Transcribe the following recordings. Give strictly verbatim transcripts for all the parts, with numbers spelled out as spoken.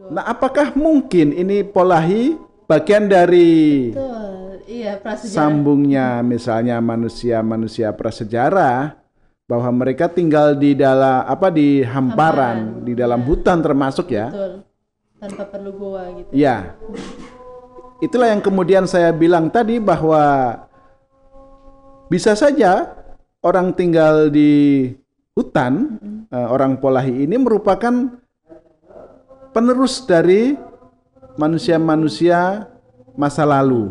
Nah, apakah mungkin ini Polahi bagian dari Betul. Iya, prasejarah. sambungnya misalnya manusia-manusia prasejarah bahwa mereka tinggal di dalam apa di Hamparan. hamparan, di dalam Ya, hutan termasuk ya. betul. Tanpa perlu goa gitu ya. Ya, itulah yang kemudian saya bilang tadi bahwa bisa saja orang tinggal di hutan, Mm-mm. eh, orang Polahi ini merupakan penerus dari manusia-manusia masa lalu.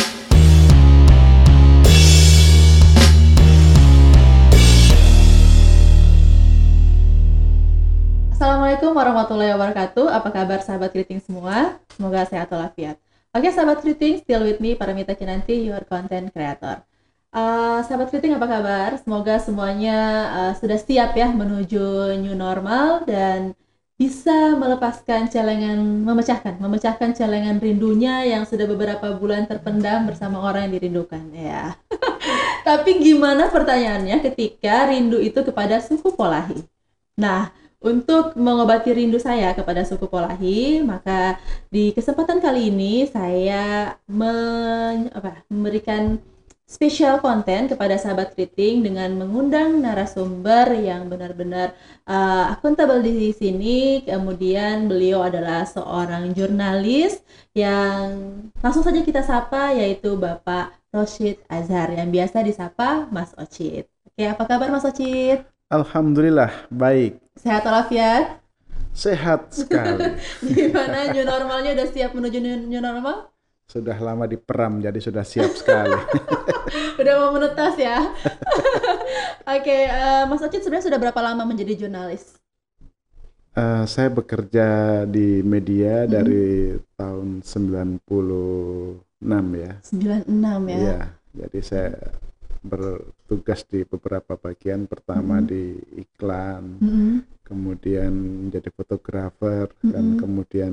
Assalamualaikum warahmatullahi wabarakatuh. Apa kabar sahabat Kriting semua? Semoga sehat walafiat. Oke sahabat Kriting, still with me Paramita Kinanti, your content creator. Uh, sahabat Kriting apa kabar? Semoga semuanya uh, sudah siap ya menuju new normal dan bisa melepaskan celengan, memecahkan, memecahkan celengan rindunya yang sudah beberapa bulan terpendam bersama orang yang dirindukan ya. Tapi gimana pertanyaannya ketika rindu itu kepada suku Polahi? Nah, untuk mengobati rindu saya kepada suku Polahi, maka di kesempatan kali ini saya men, apa, memberikan special konten kepada sahabat Kriting dengan mengundang narasumber yang benar-benar uh, akuntabel di sini. Kemudian beliau adalah seorang jurnalis yang langsung saja kita sapa, yaitu Bapak Rosyid Azhar yang biasa disapa Mas Ocit. Oke, apa kabar Mas Ocit? Alhamdulillah baik, Sehat walafiat? sehat sekali. Gimana new normalnya, udah siap menuju new, new normal? Sudah lama diperam jadi sudah siap sekali. Udah mau menetas ya? Oke, uh, Mas Ocit sebenarnya sudah berapa lama menjadi jurnalis? Uh, saya bekerja di media Mm-mm. dari tahun sembilan puluh enam ya. sembilan puluh enam ya? Iya, jadi saya bertugas di beberapa bagian. Pertama Mm-mm. di iklan, Mm-mm. kemudian jadi fotografer, dan Mm-mm. kemudian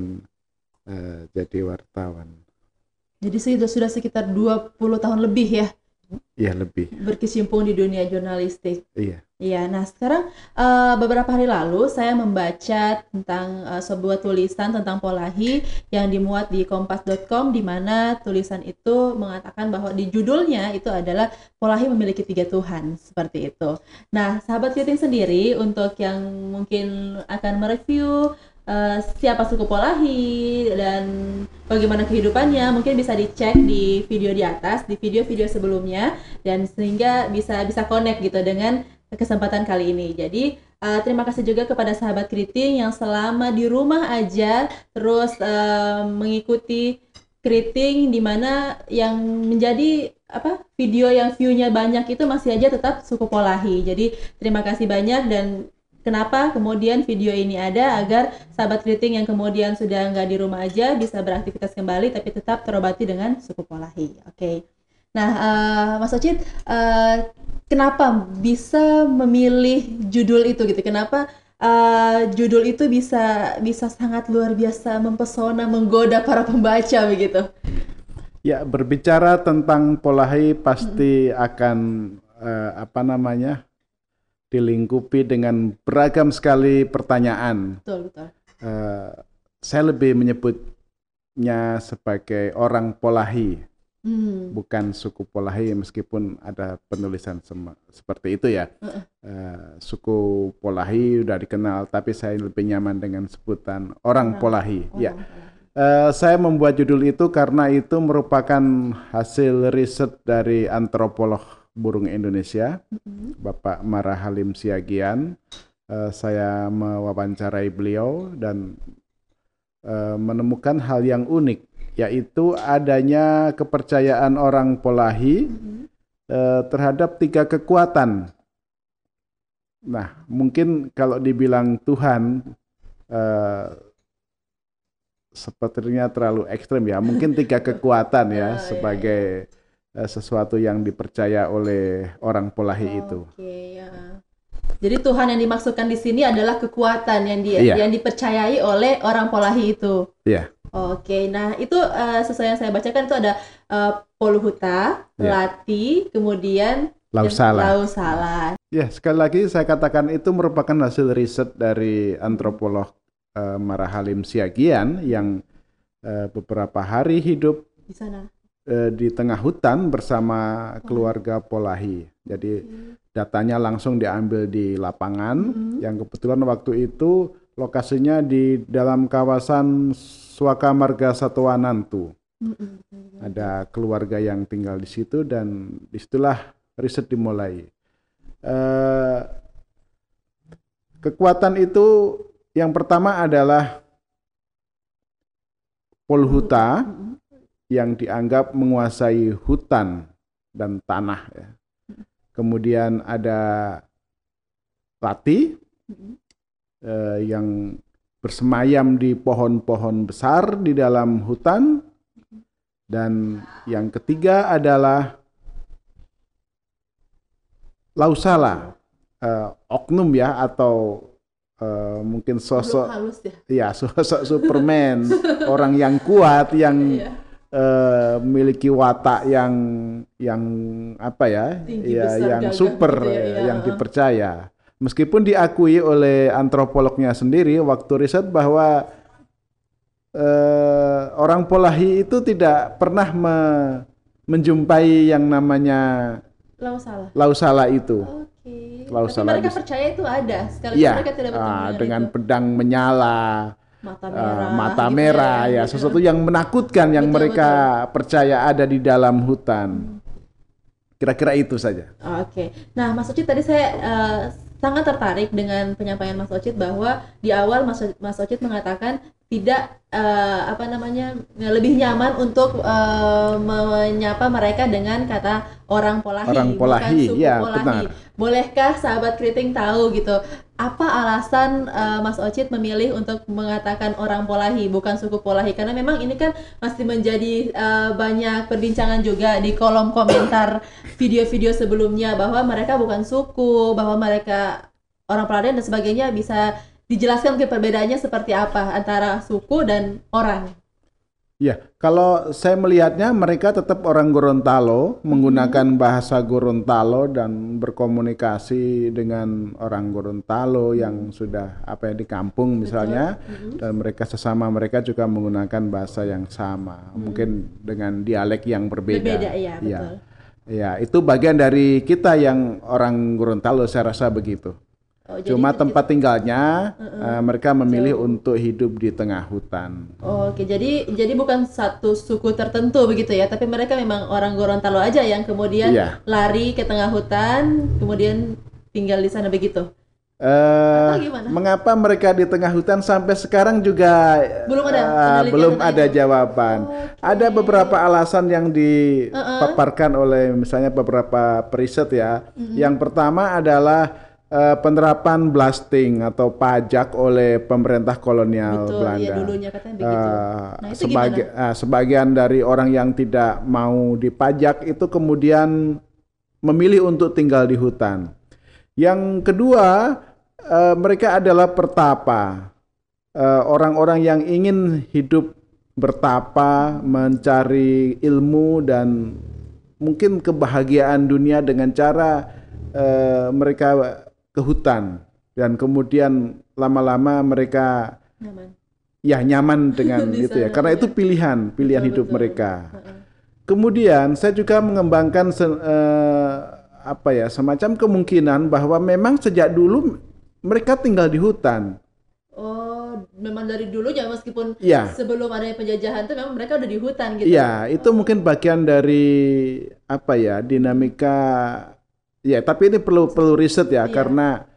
uh, jadi wartawan. Jadi sudah sudah sekitar dua puluh tahun lebih ya Iya, lebih. berkecimpung di dunia jurnalistik. Iya. Iya, nah sekarang uh, beberapa hari lalu saya membaca tentang uh, sebuah tulisan tentang Polahi yang dimuat di kompas dot com, di mana tulisan itu mengatakan bahwa di judulnya itu adalah Polahi memiliki tiga Tuhan, seperti itu. Nah, sahabat Kriting sendiri untuk yang mungkin akan mereview uh, siapa suku Polahi dan bagaimana kehidupannya, mungkin bisa dicek di video di atas, di video-video sebelumnya, dan sehingga bisa bisa connect gitu dengan kesempatan kali ini. Jadi uh, terima kasih juga kepada sahabat Kriting yang selama di rumah aja terus uh, mengikuti Kriting, di mana yang menjadi apa video yang view-nya banyak itu masih aja tetap suku Polahi. Jadi terima kasih banyak. Dan kenapa kemudian video ini ada, agar sahabat Kriting yang kemudian sudah nggak di rumah aja bisa beraktivitas kembali tapi tetap terobati dengan suku Polahi. Oke. Okay. Nah, uh, Mas Ocit, uh, kenapa bisa memilih judul itu gitu? Kenapa uh, judul itu bisa bisa sangat luar biasa mempesona, menggoda para pembaca begitu? Ya, berbicara tentang Polahi pasti Mm-mm. akan uh, apa namanya dilingkupi dengan beragam sekali pertanyaan. Betul, betul. Uh, saya lebih menyebutnya sebagai orang Polahi, Hmm. bukan suku Polahi, meskipun ada penulisan sem- seperti itu ya. Uh-uh. Uh, suku Polahi udah dikenal, tapi saya lebih nyaman dengan sebutan orang Orang, Polahi. orang Ya, Polahi. uh, saya membuat judul itu karena itu merupakan hasil riset dari antropolog burung Indonesia, Mm-mm. Bapak Mara Halim Siagian. Uh, saya mewawancarai beliau dan uh, menemukan hal yang unik, yaitu adanya kepercayaan orang Polahi Mm-mm. eh, terhadap tiga kekuatan. Nah, mungkin kalau dibilang Tuhan eh, sepertinya terlalu ekstrem ya. Mungkin tiga kekuatan ya, Oh, iya, sebagai iya. eh, sesuatu yang dipercaya oleh orang Polahi itu. Oke, ya. Jadi Tuhan yang dimaksudkan di sini adalah kekuatan yang di, Iya, yang dipercayai oleh orang Polahi itu. iya, Oke, nah itu uh, sesuai yang saya bacakan itu ada uh, Poluhuta, iya. Lati, kemudian Lausala. Lausala. Ya, sekali lagi saya katakan itu merupakan hasil riset dari antropolog uh, Marahalim Siagian yang uh, beberapa hari hidup di sana uh, di tengah hutan bersama keluarga Polahi. Jadi datanya langsung diambil di lapangan, mm-hmm. yang kebetulan waktu itu lokasinya di dalam kawasan Suaka Marga Satwa Nantu. Mm-hmm. Ada keluarga yang tinggal di situ dan disitulah riset dimulai. Uh, kekuatan itu yang pertama adalah Polhuta mm-hmm. yang dianggap menguasai hutan dan tanah. Ya. Kemudian ada Lati mm-hmm. uh, yang bersemayam di pohon-pohon besar di dalam hutan. Dan yang ketiga adalah Lausala, uh, oknum ya, atau uh, mungkin sosok ya. ya sosok Superman, orang yang kuat, yang iya. uh, memiliki watak yang yang apa ya, tinggi, ya besar, yang super, gitu ya, ya. yang dipercaya. Meskipun diakui oleh antropolognya sendiri waktu riset bahwa Uh, orang Polahi itu tidak pernah me menjumpai yang namanya Lausala. Lausala itu. Oke. Okay. Tapi mereka bisa. percaya itu ada, sekaligus ya, mereka tidak uh, dengan itu. pedang menyala, mata merah, uh, mata gitu merah ya, ya gitu. Sesuatu yang menakutkan yang betul, mereka betul. percaya ada di dalam hutan. Kira-kira itu saja. Oke. Okay. Nah, Mas Ocit tadi saya uh, sangat tertarik dengan penyampaian Mas Ocit bahwa di awal Mas, Mas Ocit mengatakan tidak uh, apa namanya lebih nyaman untuk uh, menyapa mereka dengan kata orang Polahi, orang Polahi. bukan suku ya, Polahi. Benar. Bolehkah sahabat Keriting tahu gitu apa alasan uh, Mas Ocit memilih untuk mengatakan orang Polahi bukan suku Polahi? Karena memang ini kan masih menjadi uh, banyak perbincangan juga di kolom komentar video-video sebelumnya bahwa mereka bukan suku, bahwa mereka orang Peladen dan sebagainya. Bisa dijelaskan mungkin perbedaannya seperti apa antara suku dan orang? Ya, kalau saya melihatnya mereka tetap orang Gorontalo, menggunakan hmm. bahasa Gorontalo dan berkomunikasi dengan orang Gorontalo hmm. yang sudah apa ya di kampung misalnya, hmm. dan mereka sesama mereka juga menggunakan bahasa yang sama, hmm. mungkin dengan dialek yang berbeda. Berbeda, ya, betul. Ya, ya, itu bagian dari kita yang orang Gorontalo, saya rasa begitu. Oh, Cuma tempat tinggalnya uh-uh. uh, mereka memilih Jauh. untuk hidup di tengah hutan. Oh, Oke, okay. jadi jadi bukan satu suku tertentu begitu ya, tapi mereka memang orang Gorontalo aja yang kemudian yeah. lari ke tengah hutan, kemudian tinggal di sana begitu. Uh, mengapa mereka di tengah hutan sampai sekarang juga belum ada uh, belum ada itu. jawaban. Oh, okay. Ada beberapa alasan yang dipaparkan uh-uh. oleh misalnya beberapa periset ya. Mm-hmm. Yang pertama adalah Uh, penerapan blasting atau pajak oleh pemerintah kolonial Betul, Belanda. Iya, dulunya katanya begitu. Uh, nah, itu sebagi, uh, sebagian dari orang yang tidak mau dipajak itu kemudian memilih untuk tinggal di hutan. Yang kedua, uh, mereka adalah pertapa. Uh, orang-orang yang ingin hidup bertapa, mencari ilmu dan mungkin kebahagiaan dunia dengan cara uh, mereka ke hutan dan kemudian lama-lama mereka nyaman. ya nyaman dengan itu ya karena ya. itu pilihan pilihan betul, hidup betul. mereka. Uh-uh. Kemudian saya juga mengembangkan se- uh, apa ya semacam kemungkinan bahwa memang sejak dulu mereka tinggal di hutan. Oh, memang dari dulunya meskipun ya. sebelum adanya penjajahan itu memang mereka udah di hutan gitu. Iya, itu oh. mungkin bagian dari apa ya dinamika. Ya, tapi ini perlu perlu riset ya, iya. karena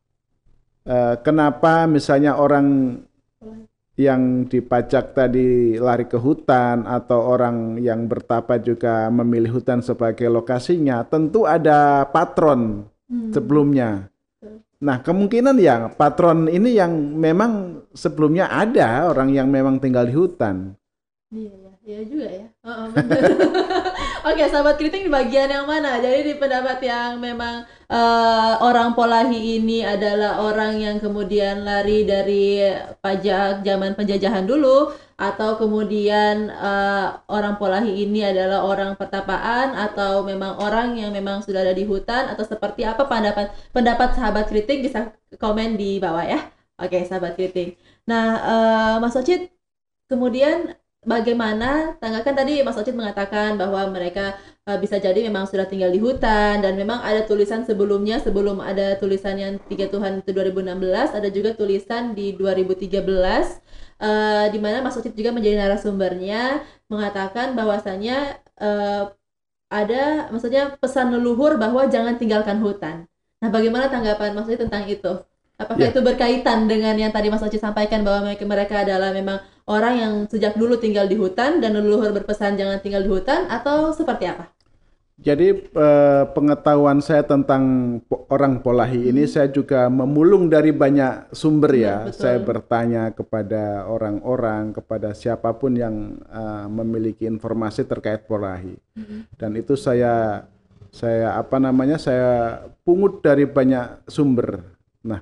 uh, kenapa misalnya orang yang dipajak tadi lari ke hutan atau orang yang bertapa juga memilih hutan sebagai lokasinya, tentu ada patron hmm. sebelumnya. Nah, kemungkinan ya patron ini yang memang sebelumnya ada orang yang memang tinggal di hutan. Iya, ya, iya juga ya. Oh, oh, Oke, sahabat Keriting di bagian yang mana? Jadi di pendapat yang memang uh, orang Polahi ini adalah orang yang kemudian lari dari pajak zaman penjajahan dulu, atau kemudian uh, orang Polahi ini adalah orang pertapaan, atau memang orang yang memang sudah ada di hutan, atau seperti apa pendapat pendapat sahabat Keriting bisa komen di bawah ya. Oke, sahabat Keriting. Nah, eh, Mas Ocit, kemudian bagaimana tanggapan tadi Mas Ocit mengatakan bahwa mereka eh, bisa jadi memang sudah tinggal di hutan dan memang ada tulisan sebelumnya sebelum ada tulisan yang Tiga Tuhan itu dua ribu enam belas ada juga tulisan di dua ribu tiga belas eh, di mana Mas Ocit juga menjadi narasumbernya mengatakan bahwasanya eh, ada maksudnya pesan leluhur bahwa jangan tinggalkan hutan. Nah, bagaimana tanggapan Mas Ocit tentang itu? Apakah Ya, itu berkaitan dengan yang tadi Mas Ocit sampaikan bahwa mereka, mereka adalah memang orang yang sejak dulu tinggal di hutan dan leluhur berpesan jangan tinggal di hutan atau seperti apa? jadi eh, pengetahuan saya tentang po- orang Polahi ini Hmm, saya juga memulung dari banyak sumber sumber ya. Saya betul. bertanya kepada orang-orang, kepada siapapun yang eh, memiliki informasi terkait Polahi. Hmm. Dan itu saya saya apa namanya? Saya pungut dari banyak sumber. Nah,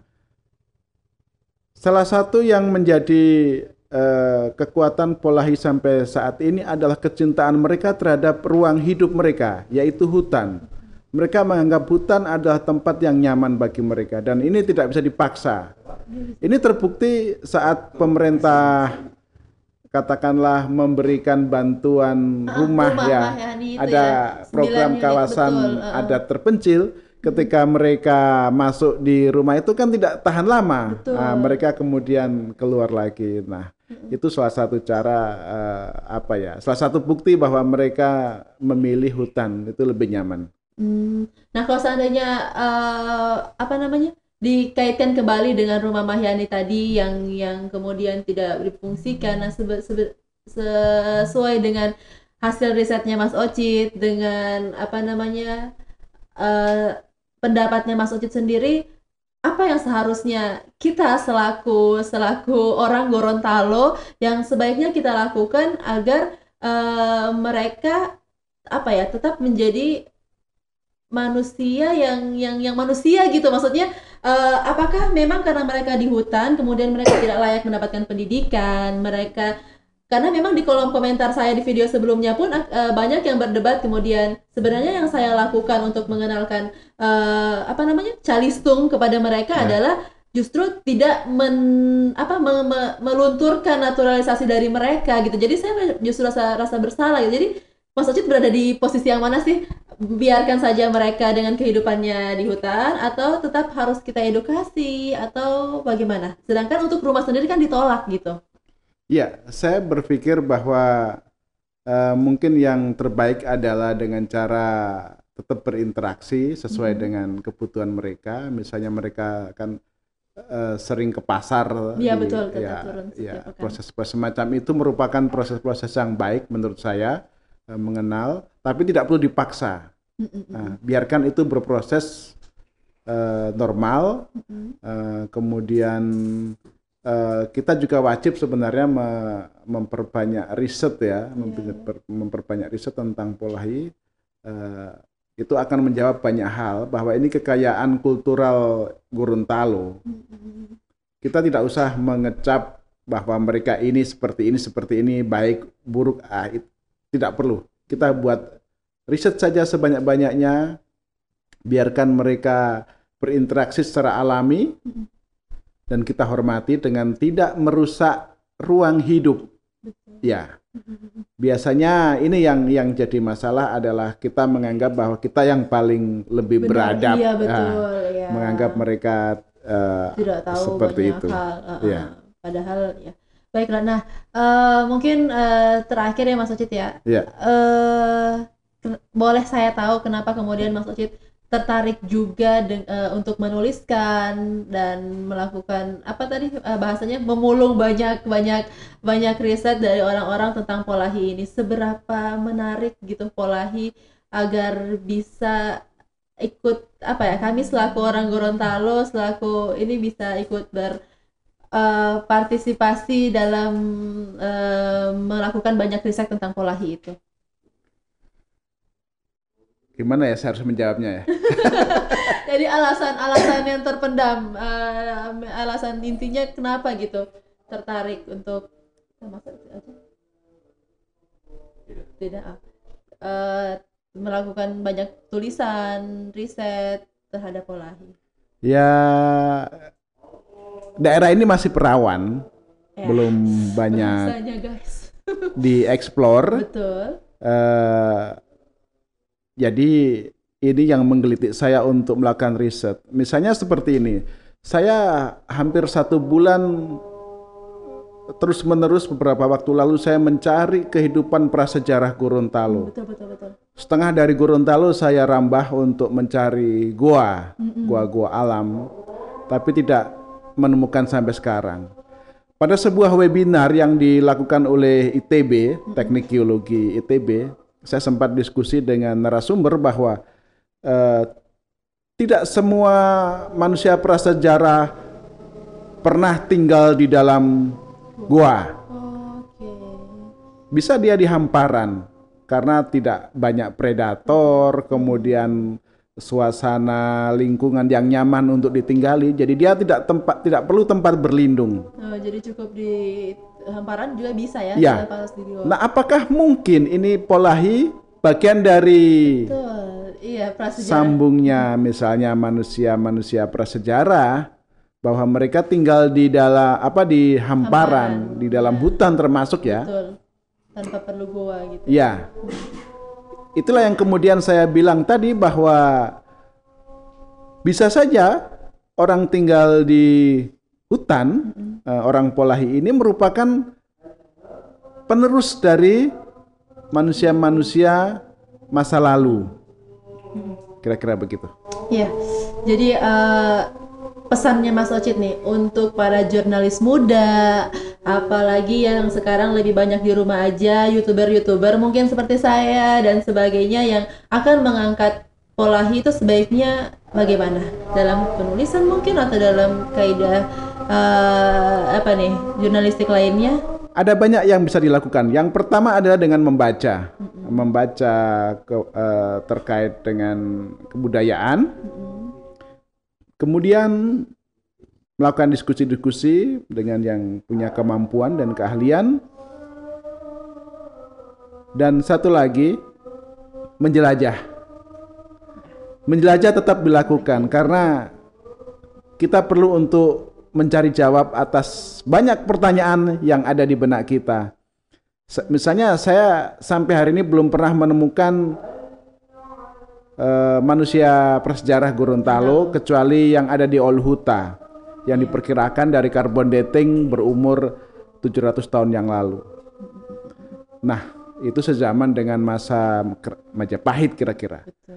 salah satu yang menjadi eh, kekuatan Polahi sampai saat ini adalah kecintaan mereka terhadap ruang hidup mereka, yaitu hutan. Mereka menganggap hutan adalah tempat yang nyaman bagi mereka dan ini tidak bisa dipaksa. Ini terbukti saat pemerintah katakanlah memberikan bantuan Ah, rumah rumah ya, Mahyani itu ada ya, sembilan program unit betul. kawasan Ah, ah. adat terpencil. Ketika mereka masuk di rumah itu kan tidak tahan lama. Nah, Betul. mereka kemudian keluar lagi. Nah, Mm-mm. itu salah satu cara eh, apa ya? Salah satu bukti bahwa mereka memilih hutan itu lebih nyaman. Hmm. Nah, kalau seandainya eh, apa namanya dikaitkan kembali dengan rumah Mahyani tadi yang yang kemudian tidak difungsikan, nah sebe- sebe- sesuai dengan hasil risetnya Mas Ocit dengan apa namanya eh, pendapatnya Mas Ocit sendiri, apa yang seharusnya kita selaku selaku orang Gorontalo yang sebaiknya kita lakukan agar eh, mereka apa ya tetap menjadi manusia yang yang yang manusia gitu maksudnya eh, apakah memang karena mereka di hutan kemudian mereka tidak layak mendapatkan pendidikan mereka karena memang di kolom komentar saya di video sebelumnya pun eh, banyak yang berdebat kemudian sebenarnya yang saya lakukan untuk mengenalkan eh, apa namanya calistung kepada mereka Ya. adalah justru tidak men apa me- me- melunturkan naturalisasi dari mereka gitu jadi saya justru rasa rasa bersalah gitu jadi Mas Ocit berada di posisi yang mana sih biarkan saja mereka dengan kehidupannya di hutan atau tetap harus kita edukasi atau bagaimana? Sedangkan untuk rumah sendiri kan ditolak gitu. Ya, saya berpikir bahwa eh, mungkin yang terbaik adalah dengan cara tetap berinteraksi sesuai Mm-mm. dengan kebutuhan mereka. Misalnya mereka kan eh, sering ke pasar Iya di betul kita ya turun ya setiap pekan. proses-proses semacam itu merupakan proses-proses yang baik menurut saya eh, mengenal, tapi tidak perlu dipaksa. Nah, Mm-mm-mm. biarkan itu berproses eh, normal. Mm-mm. Eh, kemudian eh, kita juga wajib sebenarnya me- memperbanyak riset ya, Iya, iya. memper- memperbanyak riset tentang Polahi. Eh, itu akan menjawab banyak hal bahwa ini kekayaan kultural Gorontalo. Mm-mm. Kita tidak usah mengecap bahwa mereka ini seperti ini seperti ini baik buruk ah, it- tidak perlu. Kita buat riset saja sebanyak-banyaknya, biarkan mereka berinteraksi secara alami Mm-mm. dan kita hormati dengan tidak merusak ruang hidup. Betul. Ya, Mm-mm. biasanya ini yang yang jadi masalah adalah kita menganggap bahwa kita yang paling lebih Benar, iya beradab, betul ah, ya. menganggap mereka eh, Tidak tahu seperti banyak itu. hal. Uh, uh. Ya, Padahal ya. Baiklah, nah eh, mungkin eh, terakhir ya Mas Ocit ya. ya. eh ken- Boleh saya tahu kenapa kemudian Mas Ocit tertarik juga deng- eh, untuk menuliskan dan melakukan apa tadi eh, bahasanya memulung banyak banyak banyak riset dari orang-orang tentang Polahi ini. Seberapa menarik gitu Polahi agar bisa ikut apa ya kami selaku orang Gorontalo selaku ini bisa ikut ber eh, partisipasi dalam eh, melakukan banyak riset tentang Polahi itu. Gimana ya saya harus menjawabnya ya? Jadi alasan-alasan yang terpendam, eh, alasan intinya kenapa gitu tertarik untuk oh, masa itu aja? Tidak ah. Eh, melakukan banyak tulisan, riset terhadap Polahi. Ya, daerah ini masih perawan. Ya, belum banyak bahasanya guys. dieksplor. Betul. Eh, jadi ini yang menggelitik saya untuk melakukan riset. Misalnya seperti ini, saya hampir satu bulan terus-menerus beberapa waktu lalu saya mencari kehidupan prasejarah Gorontalo. Betul, betul, betul. Setengah dari Gorontalo saya rambah untuk mencari gua, Mm-mm. gua-gua alam, tapi tidak menemukan sampai sekarang. Pada sebuah webinar yang dilakukan oleh I T B, Teknik Geologi I T B, saya sempat diskusi dengan narasumber bahwa eh, tidak semua manusia prasejarah pernah tinggal di dalam gua. Oke. Bisa dia di hamparan karena tidak banyak predator, kemudian suasana lingkungan yang nyaman untuk ditinggali. Jadi dia tidak tempat tidak perlu tempat berlindung. Oh, jadi cukup di hamparan juga bisa ya? Ya. Tidak harus di gua. Nah, apakah mungkin ini Polahi bagian dari Betul. Iya, prasejarah. sambungnya misalnya manusia-manusia prasejarah bahwa mereka tinggal di dalam apa di hamparan, Hamparan, di dalam ya. hutan termasuk ya. Betul. Tanpa perlu gua gitu. Ya. Itulah yang kemudian saya bilang tadi bahwa bisa saja orang tinggal di hutan, mm-hmm. uh, orang Polahi ini merupakan penerus dari manusia-manusia masa lalu. Kira-kira begitu. Iya. Jadi uh, pesannya Mas Ocit nih untuk para jurnalis muda, apalagi yang sekarang lebih banyak di rumah aja, youtuber-youtuber mungkin seperti saya dan sebagainya yang akan mengangkat Polahi itu sebaiknya bagaimana? Dalam penulisan mungkin atau dalam kaidah uh, apa nih jurnalistik lainnya? Ada banyak yang bisa dilakukan. Yang pertama adalah dengan membaca, mm-hmm. membaca ke, uh, terkait dengan kebudayaan. Mm-hmm. Kemudian melakukan diskusi-diskusi dengan yang punya kemampuan dan keahlian. Dan satu lagi, menjelajah. Menjelajah tetap dilakukan karena kita perlu untuk mencari jawab atas banyak pertanyaan yang ada di benak kita. Misalnya saya sampai hari ini belum pernah menemukan Uh, manusia prasejarah Gorontalo kecuali yang ada di Olhuta yang diperkirakan dari carbon dating berumur tujuh ratus tahun yang lalu. Nah, itu sezaman dengan masa Majapahit kira-kira.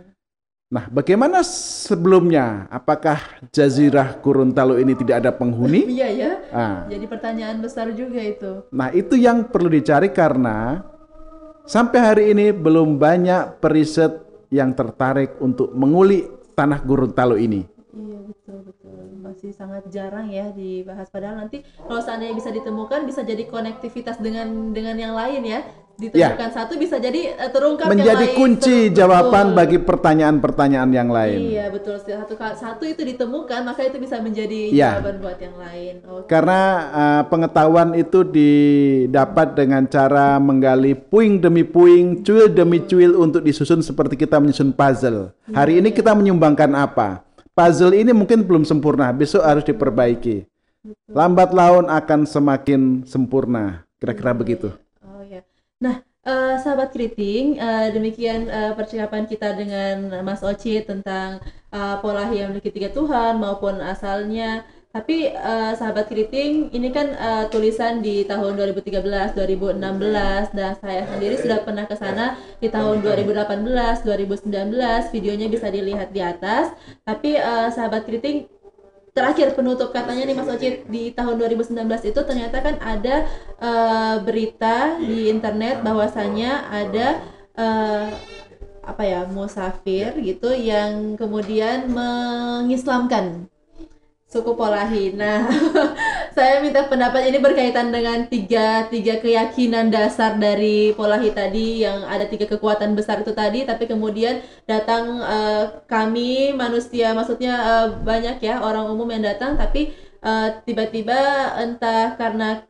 Nah, bagaimana sebelumnya? Apakah Jazirah Gorontalo ini tidak ada penghuni? Iya ya. Nah, jadi pertanyaan besar juga itu. Nah, itu yang perlu dicari karena sampai hari ini belum banyak periset yang tertarik untuk mengulik tanah Gorontalo ini. Iya betul betul masih sangat jarang ya dibahas padahal nanti kalau seandainya bisa ditemukan bisa jadi konektivitas dengan dengan yang lain ya ditemukan ya. Satu bisa jadi uh, terungkap menjadi yang kunci lain, jawaban betul. Bagi pertanyaan-pertanyaan yang lain. Iya betul satu satu itu ditemukan maka itu bisa menjadi ya. jawaban buat yang lain. Okay. Karena uh, pengetahuan itu didapat dengan cara menggali puing demi puing, cuil demi cuil untuk disusun seperti kita menyusun puzzle. Ya, Hari ini ya. Kita menyumbangkan apa? Puzzle ini mungkin belum sempurna, besok harus diperbaiki. Betul. Lambat laun akan semakin sempurna, kira-kira ya, begitu. Oh ya. Nah, uh, sahabat Keriting, uh, demikian uh, percakapan kita dengan Mas Ocit tentang uh, Polahi yang memiliki tiga Tuhan maupun asalnya. Tapi uh, sahabat Keriting, ini kan uh, tulisan di tahun dua ribu tiga belas, dua ribu enam belas, dan saya sendiri sudah pernah ke sana di tahun dua ribu delapan belas, dua ribu sembilan belas, videonya bisa dilihat di atas. Tapi uh, sahabat Keriting, terakhir penutup katanya nih Mas Ocit, di tahun dua ribu sembilan belas itu ternyata kan ada uh, berita di internet bahwasannya ada uh, apa ya musafir gitu yang kemudian mengislamkan suku Polahi. Nah, saya minta pendapat ini berkaitan dengan tiga tiga keyakinan dasar dari Polahi tadi yang ada tiga kekuatan besar itu tadi, tapi kemudian datang uh, kami manusia, maksudnya uh, banyak ya orang umum yang datang, tapi uh, tiba-tiba entah karena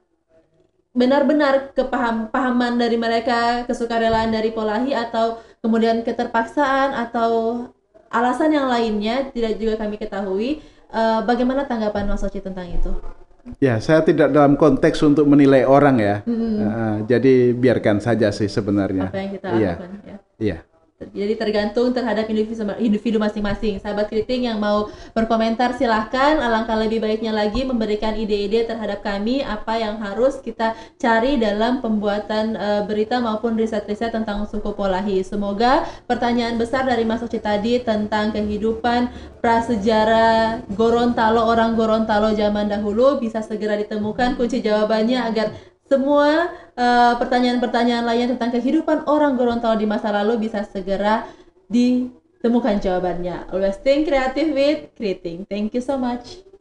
benar-benar kepahaman dari mereka, kesukarelaan dari Polahi atau kemudian keterpaksaan atau alasan yang lainnya tidak juga kami ketahui. Uh, bagaimana tanggapan Mas Ocit tentang itu? Ya, saya tidak dalam konteks untuk menilai orang ya. Hmm, Uh, jadi biarkan saja sih sebenarnya. apa yang kita Iya, lakukan ya. iya. Jadi tergantung terhadap individu individu masing-masing. Sahabat kritik yang mau berkomentar silahkan. Alangkah lebih baiknya lagi memberikan ide-ide terhadap kami apa yang harus kita cari dalam pembuatan uh, berita maupun riset-riset tentang suku Polahi. Semoga pertanyaan besar dari Mas Oci tadi tentang kehidupan prasejarah Gorontalo, orang Gorontalo zaman dahulu bisa segera ditemukan kunci jawabannya agar semua uh, pertanyaan-pertanyaan lainnya tentang kehidupan orang Gorontalo di masa lalu bisa segera ditemukan jawabannya. Always think creative with Kriting. Thank you so much.